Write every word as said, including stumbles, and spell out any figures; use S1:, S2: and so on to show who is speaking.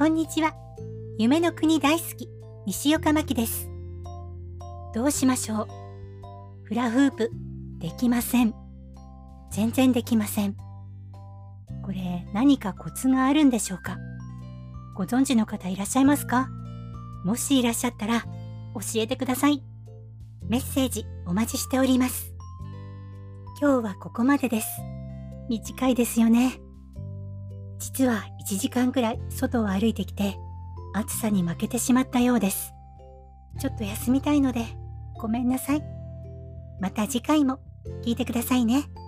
S1: こんにちは。夢の国大好き、西岡真希です。どうしましょう。フラフープ、できません。全然できません。これ、何かコツがあるんでしょうか。ご存知の方いらっしゃいますか？もしいらっしゃったら、教えてください。メッセージお待ちしております。今日はここまでです。短いですよね。実はいちじかんくらい外を歩いてきて、暑さに負けてしまったようです。ちょっと休みたいので、ごめんなさい。また次回も聞いてくださいね。